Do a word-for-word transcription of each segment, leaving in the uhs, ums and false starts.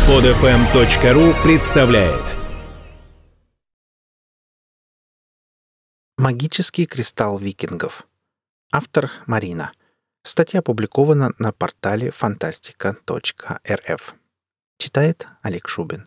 под эф эм точка ру представляет Магический кристалл викингов. Автор Марина. Статья опубликована на портале фантастика точка эр эф. Читает Олег Шубин.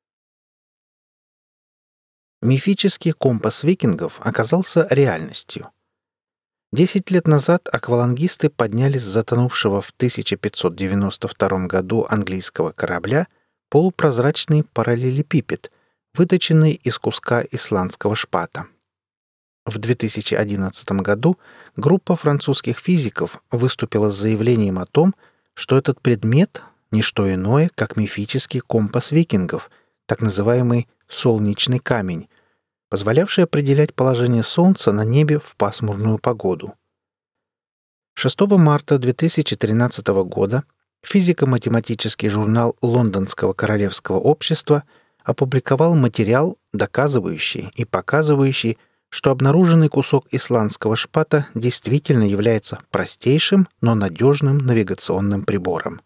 Мифический компас викингов оказался реальностью. Десять лет назад аквалангисты подняли с затонувшего в тысяча пятьсот девяносто втором году английского корабля полупрозрачный параллелепипед, выточенный из куска исландского шпата. В две тысячи одиннадцатом году группа французских физиков выступила с заявлением о том, что этот предмет — не что иное, как мифический компас викингов, так называемый «солнечный камень», позволявший определять положение Солнца на небе в пасмурную погоду. шестого марта две тысячи тринадцатого года физико-математический журнал Лондонского королевского общества опубликовал материал, доказывающий и показывающий, что обнаруженный кусок исландского шпата действительно является простейшим, но надежным навигационным прибором.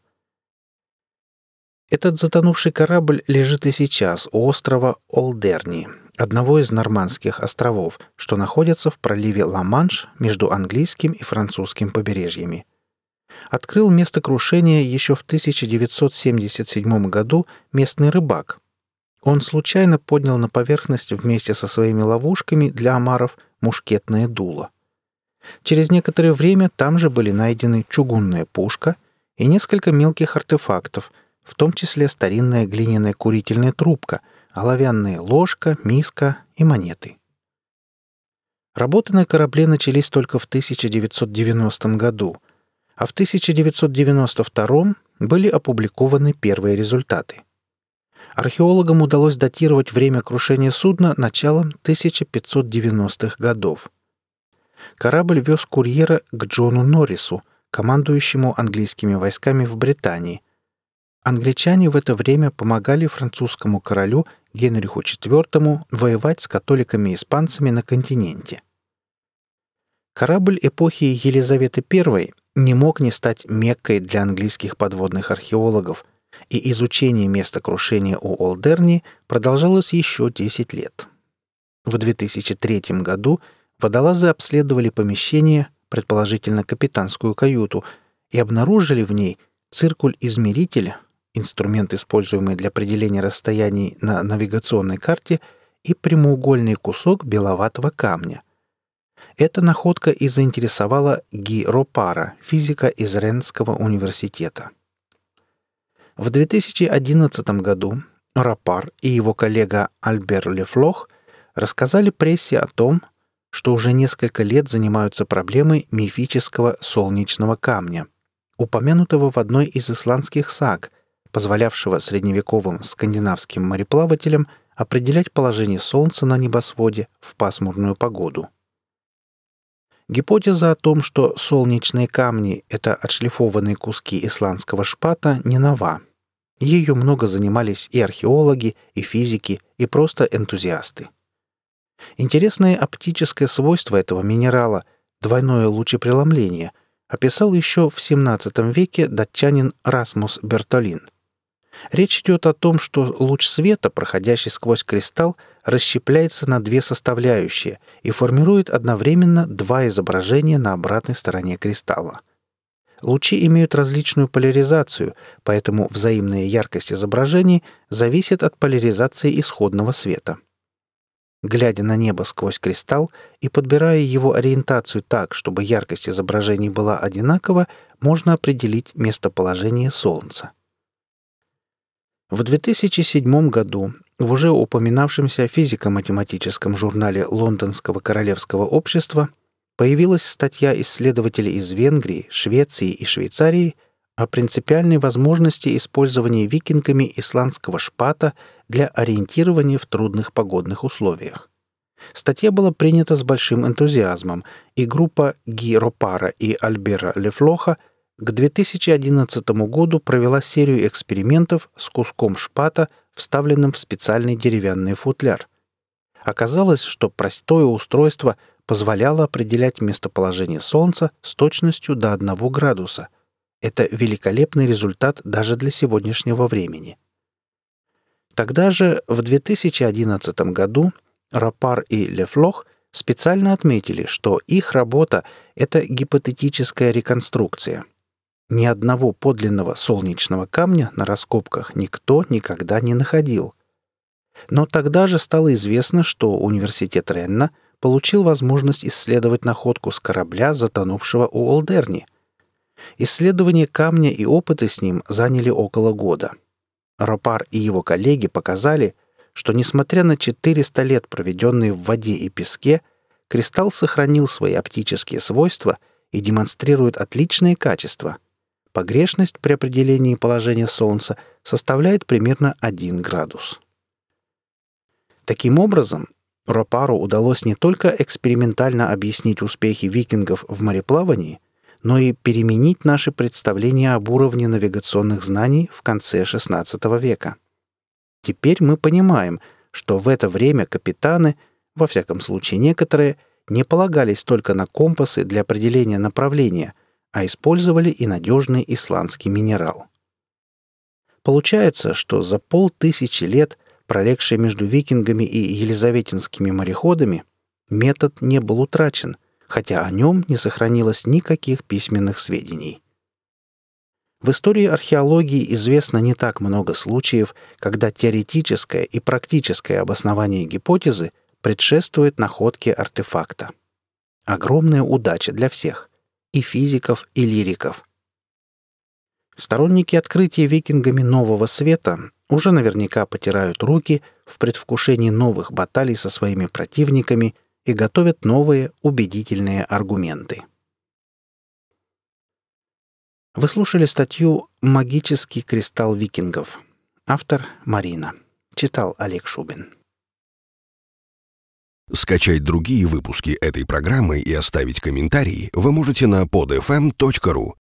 Этот затонувший корабль лежит и сейчас у острова Олдерни, одного из Нормандских островов, что находится в проливе Ла-Манш между английским и французским побережьями. Открыл место крушения еще в тысяча девятьсот семьдесят седьмом году местный рыбак. Он случайно поднял на поверхность вместе со своими ловушками для омаров мушкетное дуло. Через некоторое время там же были найдены чугунная пушка и несколько мелких артефактов, в том числе старинная глиняная курительная трубка, оловянная ложка, миска и монеты. Работы на корабле начались только в тысяча девятьсот девяностом году, а в тысяча девятьсот девяносто втором были опубликованы первые результаты. Археологам удалось датировать время крушения судна началом тысяча пятьсот девяностых годов. Корабль вез курьера к Джону Норрису, командующему английскими войсками в Британии. Англичане в это время помогали французскому королю Генриху четвёртому воевать с католиками и испанцами на континенте. Корабль эпохи Елизаветы Первой не мог не стать Меккой для английских подводных археологов, и изучение места крушения у Олдерни продолжалось еще десять лет. В две тысячи третьем году водолазы обследовали помещение, предположительно капитанскую каюту, и обнаружили в ней циркуль-измеритель, инструмент, используемый для определения расстояний на навигационной карте, и прямоугольный кусок беловатого камня. Эта находка и заинтересовала Ги Ропара, физика из Реннского университета. В две тысячи одиннадцатом году Ропар и его коллега Альбер Лефлох рассказали прессе о том, что уже несколько лет занимаются проблемой мифического солнечного камня, упомянутого в одной из исландских саг, позволявшего средневековым скандинавским мореплавателям определять положение Солнца на небосводе в пасмурную погоду. Гипотеза о том, что солнечные камни — это отшлифованные куски исландского шпата, не нова. Ею много занимались и археологи, и физики, и просто энтузиасты. Интересное оптическое свойство этого минерала — двойное лучепреломление — описал еще в семнадцатом веке датчанин Расмус Бертолин. Речь идет о том, что луч света, проходящий сквозь кристалл, расщепляется на две составляющие и формирует одновременно два изображения на обратной стороне кристалла. Лучи имеют различную поляризацию, поэтому взаимная яркость изображений зависит от поляризации исходного света. Глядя на небо сквозь кристалл и подбирая его ориентацию так, чтобы яркость изображений была одинакова, можно определить местоположение Солнца. В две тысячи седьмом году в уже упоминавшемся физико-математическом журнале Лондонского королевского общества появилась статья исследователей из Венгрии, Швеции и Швейцарии о принципиальной возможности использования викингами исландского шпата для ориентирования в трудных погодных условиях. Статья была принята с большим энтузиазмом, и группа Ги Ропара и Альбера Лефлоха к две тысячи одиннадцатому году провела серию экспериментов с куском шпата, вставленным в специальный деревянный футляр. Оказалось, что простое устройство позволяло определять местоположение Солнца с точностью до одного градуса. Это великолепный результат даже для сегодняшнего времени. Тогда же, в две тысячи одиннадцатом году, Рапар и Лефлох специально отметили, что их работа — это гипотетическая реконструкция. Ни одного подлинного солнечного камня на раскопках никто никогда не находил. Но тогда же стало известно, что университет Ренна получил возможность исследовать находку с корабля, затонувшего у Олдерни. Исследование камня и опыты с ним заняли около года. Рапар и его коллеги показали, что, несмотря на четыреста лет, проведенные в воде и песке, кристалл сохранил свои оптические свойства и демонстрирует отличные качества. Погрешность при определении положения Солнца составляет примерно один градус. Таким образом, Рапару удалось не только экспериментально объяснить успехи викингов в мореплавании, но и переменить наши представления об уровне навигационных знаний в конце шестнадцатого века. Теперь мы понимаем, что в это время капитаны, во всяком случае некоторые, не полагались только на компасы для определения направления, а использовали и надежный исландский минерал. Получается, что за полтысячи лет, пролегшие между викингами и елизаветинскими мореходами, метод не был утрачен, хотя о нем не сохранилось никаких письменных сведений. В истории археологии известно не так много случаев, когда теоретическое и практическое обоснование гипотезы предшествует находке артефакта. Огромная удача для всех — и физиков, и лириков. Сторонники открытия викингами нового света уже наверняка потирают руки в предвкушении новых баталий со своими противниками и готовят новые убедительные аргументы. Вы слушали статью «Магический кристалл викингов». Автор Марина. Читал Олег Шубин. Скачать другие выпуски этой программы и оставить комментарии вы можете на под эф эм точка ру.